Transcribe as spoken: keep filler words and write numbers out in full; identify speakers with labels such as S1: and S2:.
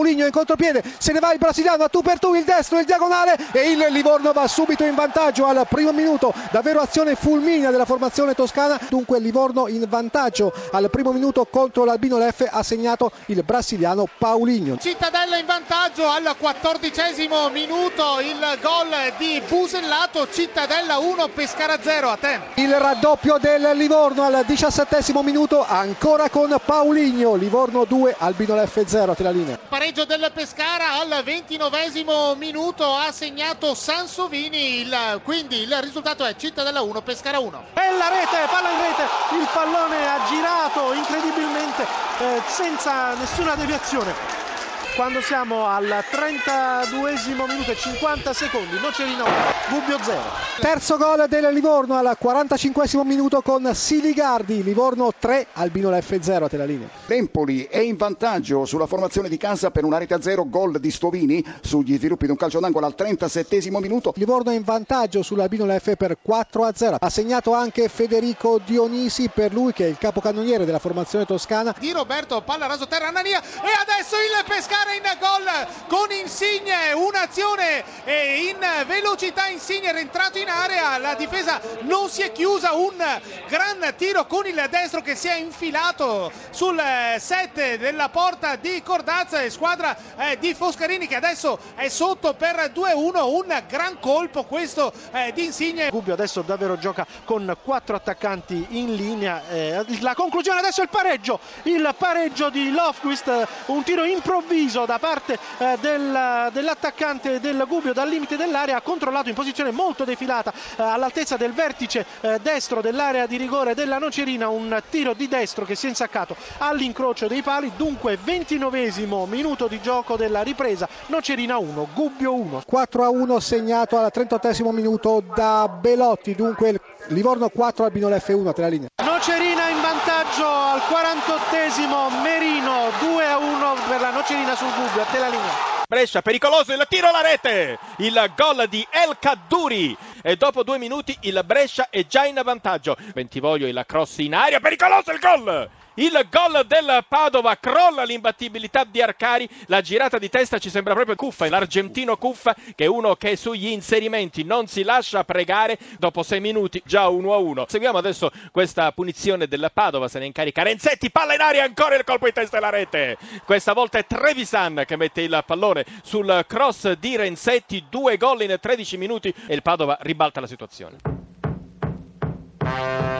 S1: Paulinho in contropiede, se ne va il brasiliano a tu per tu, il destro, il diagonale e il Livorno va subito in vantaggio al primo minuto. Davvero azione fulminea della formazione toscana, dunque Livorno in vantaggio al primo minuto contro l'Albino Leffe, ha segnato il brasiliano Paulinho.
S2: Cittadella in vantaggio al quattordicesimo minuto, il gol di Busellato, Cittadella uno, Pescara zero. A te.
S1: Il raddoppio del Livorno al diciassettesimo minuto, ancora con Paulinho, Livorno due, Albino Leffe zero. A te la linea.
S2: Pareggio del Pescara al ventinovesimo minuto, ha segnato Sansovini, il, quindi il risultato è Cittadella uno, Pescara uno.
S3: Bella rete, palla in rete, il pallone ha girato incredibilmente eh, senza nessuna deviazione. Quando siamo al trentaduesimo minuto e cinquanta secondi, Nocerino uno, Gubbio zero.
S1: Terzo gol del Livorno al quarantacinquesimo minuto con Siligardi, Livorno tre, Albino Leffe zero. A te la linea.
S4: Empoli è in vantaggio sulla formazione di casa per una rete a zero, gol di Stovini sugli sviluppi di un calcio d'angolo al trentasettesimo minuto.
S1: Livorno è in vantaggio sull'Albino Leffe per quattro a zero. Ha segnato anche Federico Dionisi, per lui che è il capocannoniere della formazione toscana.
S2: Di Roberto, palla raso terra, Anania, e adesso il Pescara in gol con Insigne, un'azione in velocità, Insigne è rientrato in area, la difesa non si è chiusa, un gran tiro con il destro che si è infilato sul set della porta di Cordazza e squadra di Foscarini che adesso è sotto per due a uno, un gran colpo questo di Insigne.
S3: Gubbio adesso davvero gioca con quattro attaccanti in linea, eh, la conclusione adesso è il pareggio, il pareggio di Lofquist, un tiro improvviso da parte eh, del, dell'attaccante del Gubbio dal limite dell'area, ha controllato in posizione molto defilata eh, all'altezza del vertice eh, destro dell'area di rigore della Nocerina, un tiro di destro che si è insaccato all'incrocio dei pali. Dunque ventinovesimo minuto di gioco della ripresa, Nocerina uno, Gubbio uno.
S1: quattro a uno segnato al trentottesimo minuto da Belotti, dunque Livorno quattro, Albino Leffe uno. A te la linea.
S3: Nocerina in vantaggio al quarantottesimo, Merino due a uno per la Nocerina sul Gubbio. A te la linea.
S5: Brescia, pericoloso il tiro alla rete, il gol di El Kaddouri e dopo due minuti il Brescia è già in vantaggio. Bentivoglio, il cross in aria, pericoloso il gol! Il gol del Padova, crolla l'imbattibilità di Arcari, la girata di testa ci sembra proprio Cuffa, l'argentino Cuffa, che è uno che sugli inserimenti non si lascia pregare, dopo sei minuti già uno a uno. Seguiamo adesso questa punizione del Padova, se ne incarica Renzetti, palla in aria, ancora il colpo di testa e la rete. Questa volta è Trevisan che mette il pallone sul cross di Renzetti, due gol in tredici minuti e il Padova ribalta la situazione.